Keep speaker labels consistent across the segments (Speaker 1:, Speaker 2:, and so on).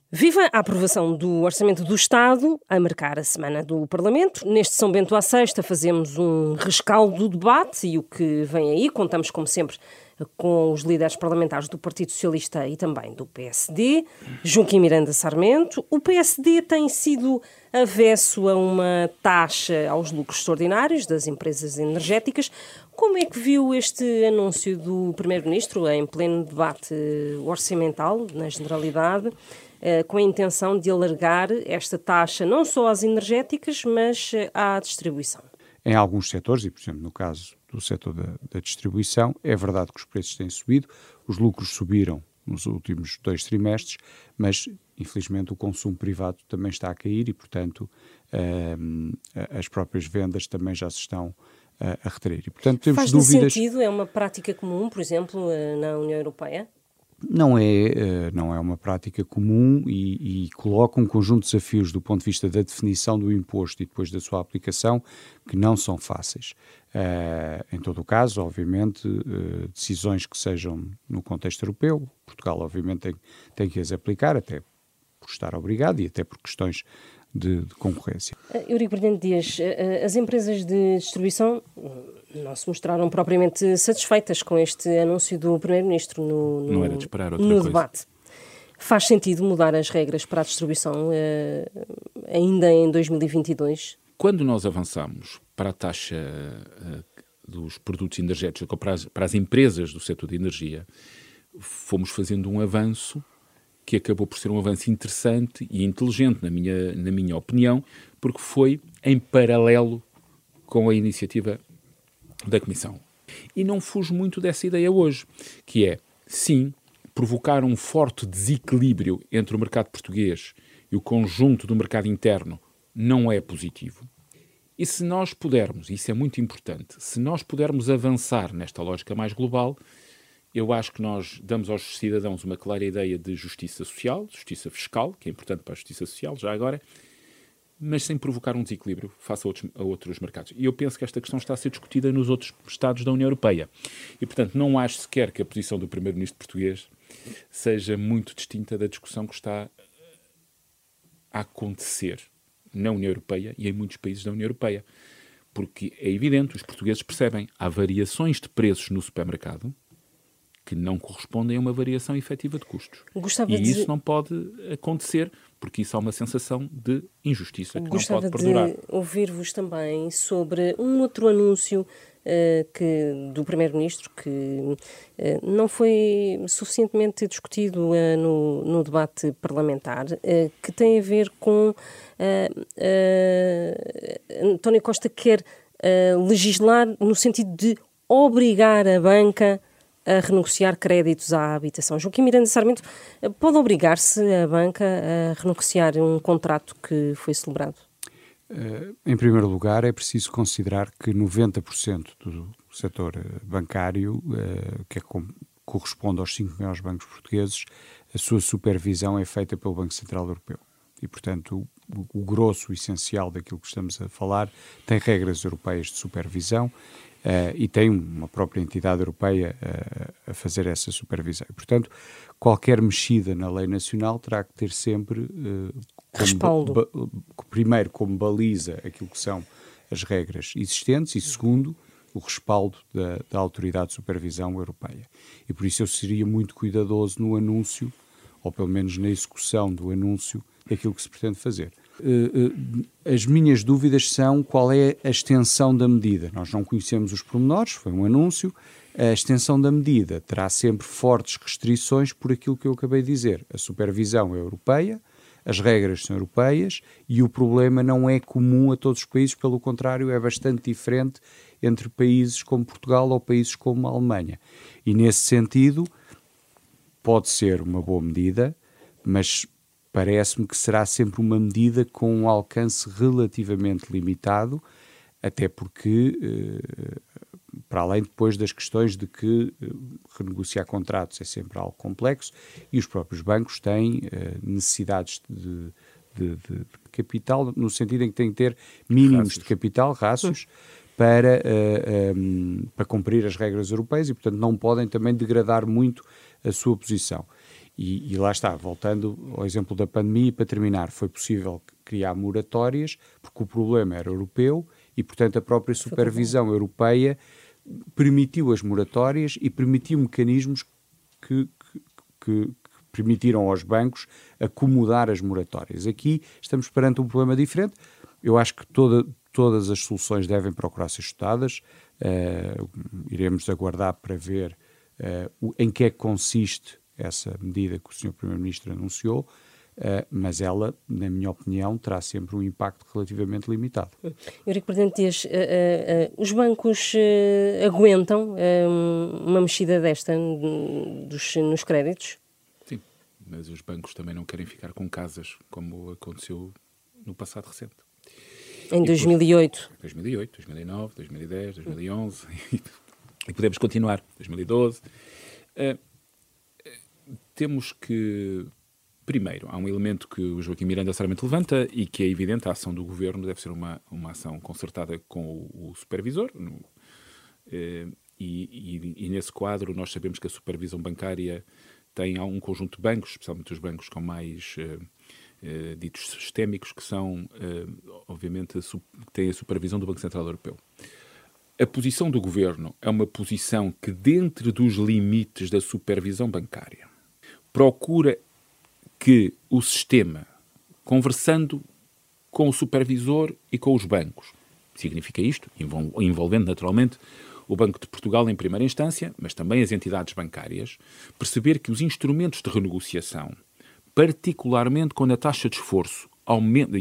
Speaker 1: Viva a aprovação do Orçamento do Estado a marcar a Semana do Parlamento. Neste São Bento à Sexta fazemos um rescaldo do debate e o que vem aí. Contamos, como sempre, com os líderes parlamentares do Partido Socialista e também do PSD. Joaquim Miranda Sarmento. O PSD tem sido avesso a uma taxa aos lucros extraordinários das empresas energéticas. Como é que viu este anúncio do Primeiro-Ministro em pleno debate orçamental, na generalidade, com a intenção de alargar esta taxa não só às energéticas, mas à distribuição?
Speaker 2: Em alguns setores, e por exemplo no caso do setor da distribuição, é verdade que os preços têm subido, os lucros subiram nos últimos 2 trimestres, mas infelizmente o consumo privado também está a cair e, portanto, as próprias vendas também já se estão a retrair. E, portanto, temos
Speaker 1: Faz
Speaker 2: dúvidas.
Speaker 1: sentido? É uma prática comum, por exemplo, na União Europeia?
Speaker 2: Não é uma prática comum e coloca um conjunto de desafios do ponto de vista da definição do imposto e depois da sua aplicação que não são fáceis. Em todo o caso, obviamente, decisões que sejam no contexto europeu, Portugal obviamente tem que as aplicar, até por estar obrigado e até por questões de concorrência.
Speaker 1: Eurico Brilhante Dias, as empresas de distribuição não se mostraram propriamente satisfeitas com este anúncio do Primeiro-Ministro
Speaker 3: Não era de esperar outra
Speaker 1: no
Speaker 3: coisa.
Speaker 1: debate. Faz sentido mudar as regras para a distribuição ainda em 2022?
Speaker 3: Quando nós avançamos para a taxa dos produtos energéticos, para as empresas do setor de energia, fomos fazendo um avanço que acabou por ser um avanço interessante e inteligente, na minha opinião, porque foi em paralelo com a iniciativa da Comissão. E não fujo muito dessa ideia hoje, que é, sim, provocar um forte desequilíbrio entre o mercado português e o conjunto do mercado interno não é positivo. E se nós pudermos, isso é muito importante, se nós pudermos avançar nesta lógica mais global, eu acho que nós damos aos cidadãos uma clara ideia de justiça social, justiça fiscal, que é importante para a justiça social, já agora, mas sem provocar um desequilíbrio face a outros mercados. E eu penso que esta questão está a ser discutida nos outros Estados da União Europeia. E, portanto, não acho sequer que a posição do Primeiro-Ministro português seja muito distinta da discussão que está a acontecer na União Europeia e em muitos países da União Europeia. Porque é evidente, os portugueses percebem, há variações de preços no supermercado que não correspondem a uma variação efetiva de custos. Isso não pode acontecer, porque isso há uma sensação de injustiça que não pode perdurar.
Speaker 1: Gostava de ouvir-vos também sobre um outro anúncio do Primeiro-Ministro que não foi suficientemente discutido no debate parlamentar, que tem a ver com António Costa quer legislar no sentido de obrigar a banca a renegociar créditos à habitação. Joaquim Miranda Sarmento, pode obrigar-se a banca a renegociar um contrato que foi celebrado?
Speaker 2: Em primeiro lugar, é preciso considerar que 90% do setor bancário, corresponde aos 5 maiores bancos portugueses, a sua supervisão é feita pelo Banco Central Europeu. E, portanto, o grosso, o essencial daquilo que estamos a falar, tem regras europeias de supervisão e tem uma própria entidade europeia a fazer essa supervisão. E, portanto, qualquer mexida na lei nacional terá que ter sempre, primeiro, como baliza aquilo que são as regras existentes e, segundo, o respaldo da Autoridade de Supervisão Europeia. E por isso eu seria muito cuidadoso no anúncio, ou pelo menos na execução do anúncio, daquilo que se pretende fazer. As minhas dúvidas são qual é a extensão da medida. Nós não conhecemos os pormenores, foi um anúncio. A extensão da medida terá sempre fortes restrições por aquilo que eu acabei de dizer. A supervisão é europeia, as regras são europeias e o problema não é comum a todos os países, pelo contrário, é bastante diferente entre países como Portugal ou países como a Alemanha. E nesse sentido, pode ser uma boa medida, mas parece-me que será sempre uma medida com um alcance relativamente limitado, até porque, para além depois das questões de que renegociar contratos é sempre algo complexo e os próprios bancos têm necessidades de capital, no sentido em que têm que ter mínimos de capital, rácios, para cumprir as regras europeias e, portanto, não podem também degradar muito a sua posição. E lá está, voltando ao exemplo da pandemia, e para terminar, foi possível criar moratórias, porque o problema era europeu e, portanto, a própria supervisão europeia permitiu as moratórias e permitiu mecanismos que permitiram aos bancos acomodar as moratórias. Aqui estamos perante um problema diferente. Eu acho que todas as soluções devem procurar ser estudadas. Iremos aguardar para ver em que é que consiste essa medida que o Sr. Primeiro-Ministro anunciou, mas ela, na minha opinião, terá sempre um impacto relativamente limitado.
Speaker 1: Eurico Presidente Dias, os bancos aguentam uma mexida desta nos créditos?
Speaker 3: Sim, mas os bancos também não querem ficar com casas, como aconteceu no passado recente.
Speaker 1: Em 2008.
Speaker 3: 2008, 2009, 2010, 2011, e podemos continuar, 2012. Temos que... Primeiro, há um elemento que o Joaquim Miranda seriamente levanta e que é evidente, a ação do Governo deve ser uma ação concertada com o supervisor e nesse quadro nós sabemos que a supervisão bancária tem um conjunto de bancos, especialmente os bancos com mais ditos sistémicos, que são, obviamente, têm a supervisão do Banco Central Europeu. A posição do Governo é uma posição que, dentro dos limites da supervisão bancária, procura que o sistema, conversando com o supervisor e com os bancos, significa isto, envolvendo naturalmente o Banco de Portugal em primeira instância, mas também as entidades bancárias, perceber que os instrumentos de renegociação, particularmente quando a taxa de esforço aumenta,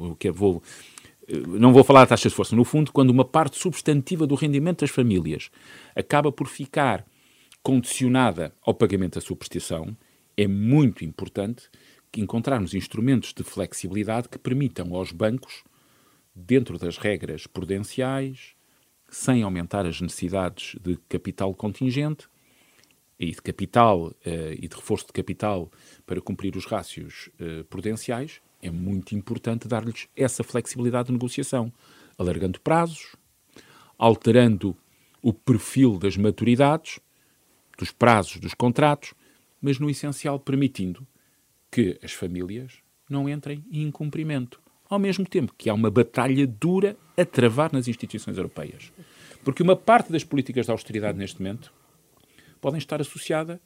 Speaker 3: não vou falar da taxa de esforço, no fundo, quando uma parte substantiva do rendimento das famílias acaba por ficar condicionada ao pagamento da sua prestação, é muito importante encontrarmos instrumentos de flexibilidade que permitam aos bancos, dentro das regras prudenciais, sem aumentar as necessidades de capital contingente e de capital e de reforço de capital para cumprir os rácios prudenciais, é muito importante dar-lhes essa flexibilidade de negociação, alargando prazos, alterando o perfil das maturidades, dos prazos dos contratos, mas no essencial permitindo que as famílias não entrem em incumprimento, ao mesmo tempo que há uma batalha dura a travar nas instituições europeias. Porque uma parte das políticas de austeridade neste momento podem estar associadas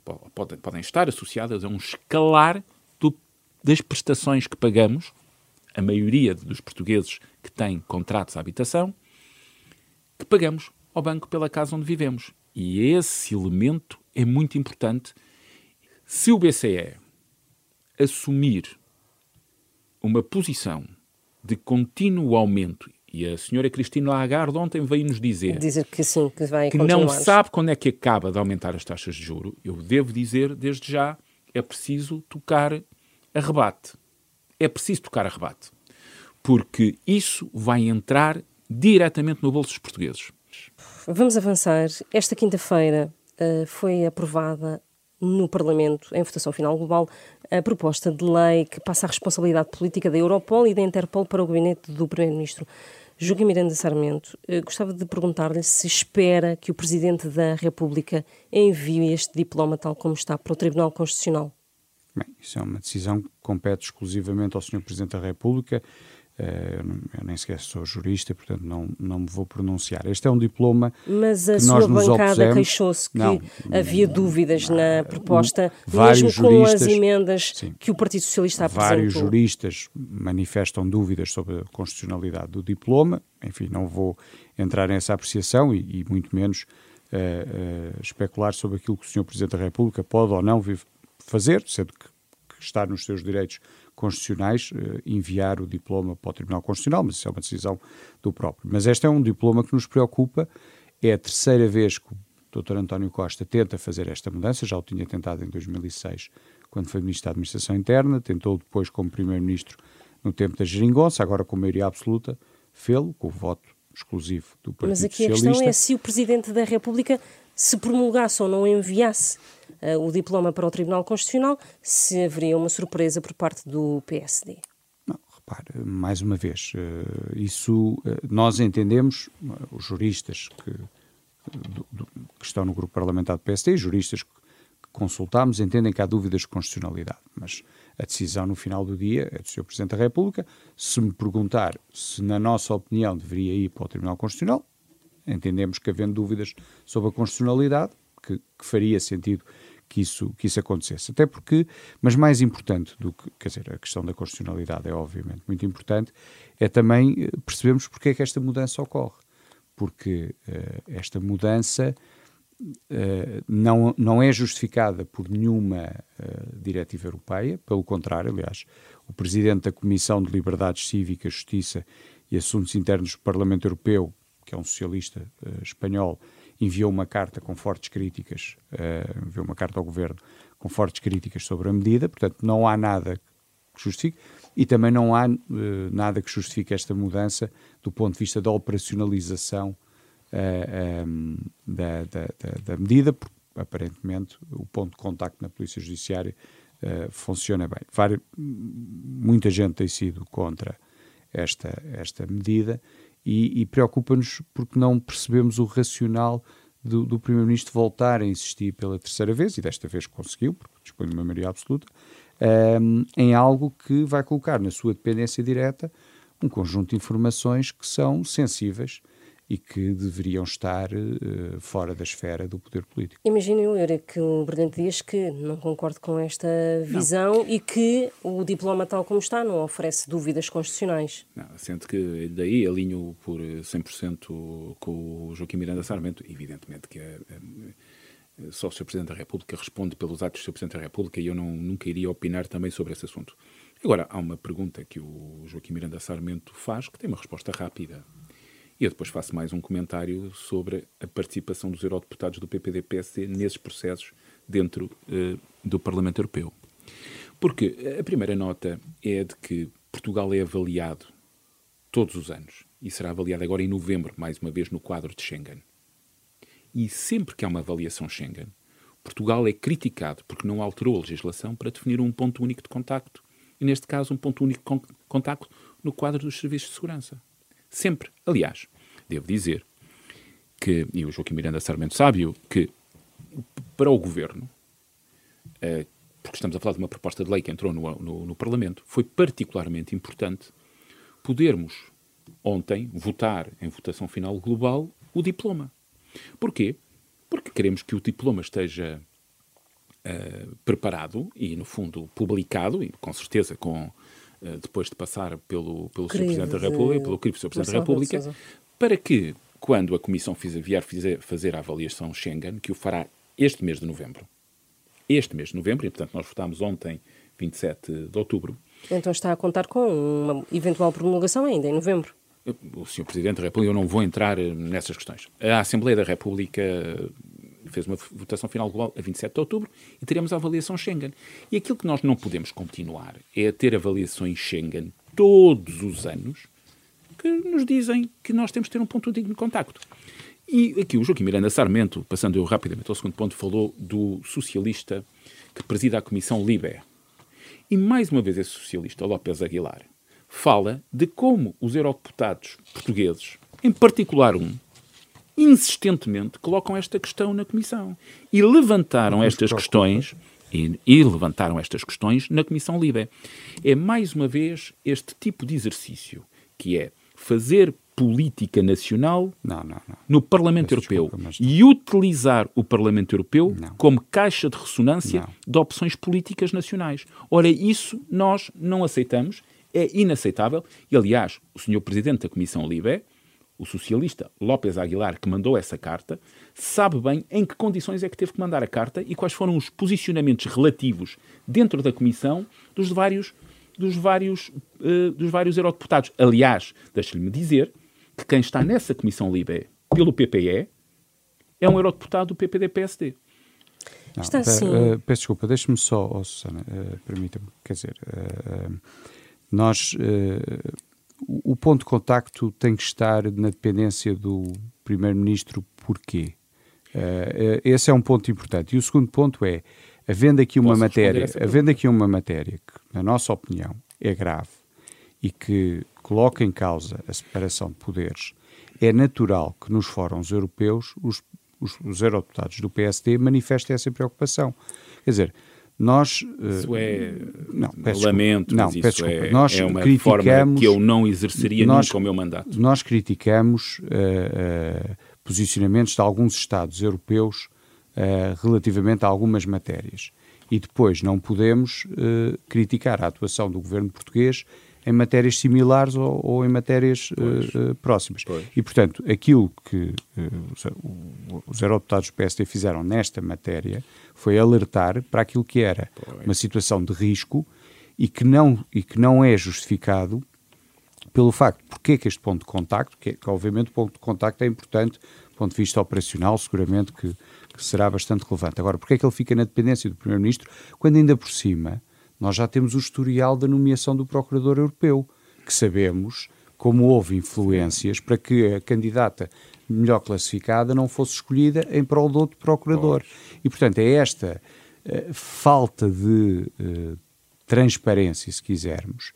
Speaker 3: a um escalar das prestações que pagamos, a maioria dos portugueses que têm contratos de habitação, que pagamos ao banco pela casa onde vivemos. E esse elemento é muito importante. Se o BCE assumir uma posição de contínuo aumento, e a senhora Cristina Lagarde ontem veio-nos dizer
Speaker 1: que sim, que vai
Speaker 3: que
Speaker 1: continuar.
Speaker 3: Não sabe quando é que acaba de aumentar as taxas de juros, eu devo dizer, desde já, é preciso tocar a rebate. É preciso tocar a rebate. Porque isso vai entrar diretamente no bolso dos portugueses.
Speaker 1: Vamos avançar. Esta quinta-feira foi aprovada no Parlamento, em votação final global, a proposta de lei que passa a responsabilidade política da Europol e da Interpol para o gabinete do Primeiro-Ministro. Joaquim Miranda Sarmento, gostava de perguntar-lhe se espera que o Presidente da República envie este diploma tal como está para o Tribunal Constitucional.
Speaker 2: Bem, isso é uma decisão que compete exclusivamente ao Sr. Presidente da República. Eu nem sequer sou jurista, portanto não me vou pronunciar. Este é um diploma
Speaker 1: mas a
Speaker 2: que nós nos
Speaker 1: sua bancada
Speaker 2: opusemos.
Speaker 1: Queixou-se que havia dúvidas na proposta,
Speaker 2: mesmo
Speaker 1: com as emendas que o Partido Socialista apresentou.
Speaker 2: Vários juristas manifestam dúvidas sobre a constitucionalidade do diploma. Enfim, não vou entrar nessa apreciação e muito menos especular sobre aquilo que o Sr. Presidente da República pode ou não fazer, sendo que está nos seus direitos constitucionais enviar o diploma para o Tribunal Constitucional, mas isso é uma decisão do próprio. Mas este é um diploma que nos preocupa, é a terceira vez que o Dr. António Costa tenta fazer esta mudança, já o tinha tentado em 2006, quando foi Ministro da Administração Interna, tentou depois como Primeiro-Ministro no tempo da geringonça, agora com maioria absoluta, fê-lo com o voto exclusivo do Partido Socialista.
Speaker 1: Mas aqui a questão é se o Presidente da República se promulgasse ou não enviasse o diploma para o Tribunal Constitucional, se haveria uma surpresa por parte do PSD.
Speaker 2: Não, repare, mais uma vez, isso nós entendemos, os juristas que estão no grupo parlamentar do PSD, juristas que consultámos entendem que há dúvidas de constitucionalidade, mas a decisão no final do dia é do Sr. Presidente da República. Se me perguntar se, na nossa opinião, deveria ir para o Tribunal Constitucional, entendemos que, havendo dúvidas sobre a constitucionalidade, que faria sentido que isso acontecesse. Até porque, mas mais importante do que, quer dizer, a questão da constitucionalidade é obviamente muito importante, é também percebermos porque é que esta mudança ocorre. Porque esta mudança não é justificada por nenhuma diretiva europeia, pelo contrário, aliás, o Presidente da Comissão de Liberdades Cívicas, Justiça e Assuntos Internos do Parlamento Europeu, que é um socialista espanhol, enviou uma carta com fortes críticas, enviou uma carta ao Governo com fortes críticas sobre a medida, portanto não há nada que justifique, e também não há nada que justifique esta mudança do ponto de vista da operacionalização da medida, porque aparentemente o ponto de contacto na Polícia Judiciária funciona bem. Muita gente tem sido contra esta medida e preocupa-nos porque não percebemos o racional do Primeiro-Ministro voltar a insistir pela terceira vez, e desta vez conseguiu, porque dispõe de uma maioria absoluta, em algo que vai colocar na sua dependência direta um conjunto de informações que são sensíveis e que deveriam estar fora da esfera do poder político.
Speaker 1: Imagino, Eurico, o Bernardo Dias, que não concordo com esta visão e que o diploma tal como está não oferece dúvidas constitucionais.
Speaker 3: Não, sendo que daí alinho por 100% com o Joaquim Miranda Sarmento. Evidentemente que só o Sr. Presidente da República responde pelos atos do Sr. Presidente da República e eu nunca iria opinar também sobre esse assunto. Agora, há uma pergunta que o Joaquim Miranda Sarmento faz que tem uma resposta rápida. E eu depois faço mais um comentário sobre a participação dos eurodeputados do PPD-PSD nesses processos dentro do Parlamento Europeu. Porque a primeira nota é de que Portugal é avaliado todos os anos e será avaliado agora em novembro, mais uma vez, no quadro de Schengen. E sempre que há uma avaliação Schengen, Portugal é criticado porque não alterou a legislação para definir um ponto único de contacto. E, neste caso, um ponto único de contacto no quadro dos serviços de segurança. Sempre. Aliás, devo dizer que, e o Joaquim Miranda Sarmento sabe-o, que para o Governo, porque estamos a falar de uma proposta de lei que entrou no Parlamento, foi particularmente importante podermos ontem votar em votação final global o diploma. Porquê? Porque queremos que o diploma esteja preparado e, no fundo, publicado, e com certeza depois de passar pelo Sr. Presidente da República, pelo querido Sr. Presidente da República, para que, quando a Comissão vier fazer a avaliação Schengen, que o fará este mês de novembro, e, portanto, nós votámos ontem, 27 de outubro.
Speaker 1: Então está a contar com uma eventual promulgação ainda, em novembro?
Speaker 3: O Sr. Presidente da República, eu não vou entrar nessas questões. A Assembleia da República fez uma votação final global a 27 de outubro e teremos a avaliação Schengen. E aquilo que nós não podemos continuar é a ter avaliações Schengen todos os anos que nos dizem que nós temos de ter um ponto único de contacto. E aqui o Joaquim Miranda Sarmento, passando eu rapidamente ao segundo ponto, falou do socialista que presida a Comissão LIBE. E mais uma vez esse socialista, López Aguilar, fala de como os eurodeputados portugueses, em particular insistentemente colocam esta questão na Comissão. E levantaram estas questões na Comissão LIBE. É mais uma vez este tipo de exercício, que é fazer política nacional no Parlamento Europeu e utilizar o Parlamento Europeu como caixa de ressonância de opções políticas nacionais. Ora, isso nós não aceitamos, é inaceitável. E, aliás, o Sr. Presidente da Comissão LIBE, o socialista López Aguilar, que mandou essa carta, sabe bem em que condições é que teve que mandar a carta e quais foram os posicionamentos relativos dentro da Comissão dos vários eurodeputados. Aliás, deixe-me dizer que quem está nessa Comissão LIBE pelo PPE é um eurodeputado do PPD-PSD.
Speaker 1: Está assim.
Speaker 2: Peço desculpa, deixe-me só, Susana, permita-me, quer dizer, o ponto de contacto tem que estar na dependência do Primeiro-Ministro. Porquê? Esse é um ponto importante. E o segundo ponto é, havendo aqui uma matéria que, na nossa opinião, é grave e que coloca em causa a separação de poderes, é natural que nos fóruns europeus os eurodeputados do PSD manifestem essa preocupação. Quer dizer, nós...
Speaker 3: Isso é...
Speaker 2: Não,
Speaker 3: lamento, mas isso
Speaker 2: nós
Speaker 3: é uma forma que eu não exerceria nunca o meu mandato.
Speaker 2: Nós criticamos posicionamentos de alguns Estados europeus relativamente a algumas matérias. E depois não podemos criticar a atuação do governo português em matérias similares ou em matérias próximas.
Speaker 3: Pois.
Speaker 2: E, portanto, aquilo que os eurodeputados do PSD fizeram nesta matéria foi alertar para aquilo que era uma situação de risco e que não é justificado pelo facto, porque é que este ponto de contacto, que obviamente o ponto de contacto é importante do ponto de vista operacional, seguramente que será bastante relevante. Agora, porque é que ele fica na dependência do Primeiro-Ministro, quando ainda por cima nós já temos o historial da nomeação do Procurador Europeu, que sabemos como houve influências para que a candidata melhor classificada não fosse escolhida em prol de outro Procurador. E, portanto, é esta falta de transparência, se quisermos,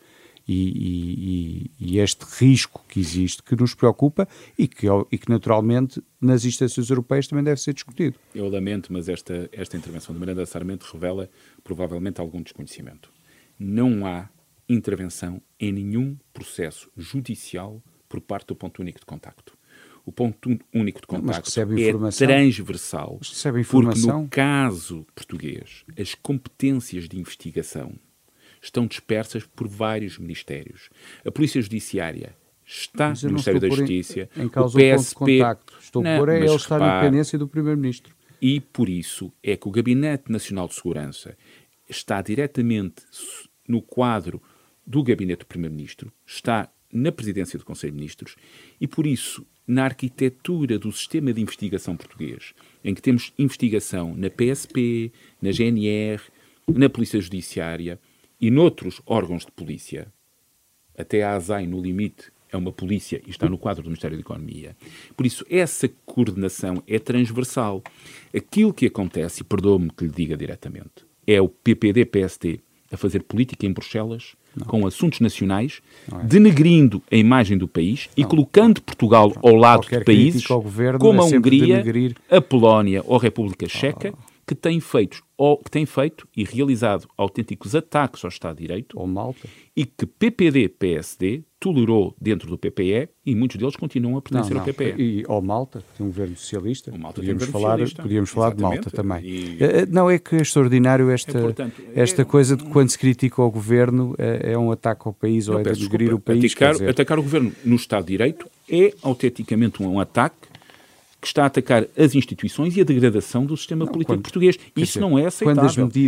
Speaker 2: e este risco que existe, que nos preocupa e que naturalmente nas instâncias europeias também deve ser discutido.
Speaker 3: Eu lamento, mas esta intervenção de Miranda Sarmento revela provavelmente algum desconhecimento. Não há intervenção em nenhum processo judicial por parte do ponto único de contacto. O ponto único de contacto é transversal, porque no caso português as competências de investigação estão dispersas por vários ministérios. A Polícia Judiciária está no Ministério da Justiça.
Speaker 2: Em causa o ponto de contacto. Estou a pôr ele estar na dependência do Primeiro-Ministro.
Speaker 3: E por isso é que o Gabinete Nacional de Segurança está diretamente no quadro do Gabinete do Primeiro-Ministro, está na Presidência do Conselho de Ministros e por isso na arquitetura do sistema de investigação português, em que temos investigação na PSP, na GNR, na Polícia Judiciária e noutros órgãos de polícia, até a ASAI, no limite, é uma polícia e está no quadro do Ministério da Economia. Por isso, essa coordenação é transversal. Aquilo que acontece, e perdoe-me que lhe diga diretamente, é o PPD-PSD a fazer política em Bruxelas com assuntos nacionais, denegrindo a imagem do país e colocando Portugal ao lado de países como a Hungria, a Polónia ou a República Checa, que têm feito e realizado autênticos ataques ao Estado de Direito,
Speaker 2: ou Malta,
Speaker 3: e que PPD-PSD tolerou dentro do PPE e muitos deles continuam a pertencer ao PPE.
Speaker 2: E ao Malta, tem um governo socialista, podíamos falar de Malta também. Não, é que é extraordinário esta coisa de quando se critica o governo é um ataque ao país ou é denegrir o país.
Speaker 3: Atacar o governo no Estado de Direito é autenticamente um ataque que está a atacar as instituições e a degradação do sistema político português. Isso não é aceitável.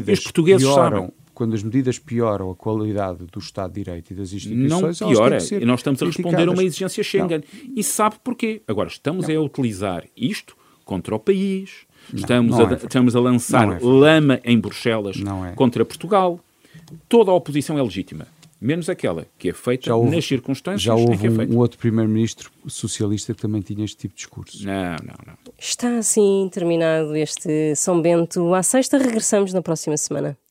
Speaker 2: Quando as medidas pioram a qualidade do Estado de Direito e das instituições...
Speaker 3: Não piora. E nós estamos a responder a uma exigência Schengen. E sabe porquê? Agora, estamos a utilizar isto contra o país, estamos a lançar lama em Bruxelas contra Portugal. Toda a oposição é legítima. Menos aquela que é feita nas circunstâncias em que é feita.
Speaker 2: Já houve um outro primeiro-ministro socialista que também tinha este tipo de discurso.
Speaker 3: Não.
Speaker 1: Está assim terminado este São Bento à Sexta. Regressamos na próxima semana.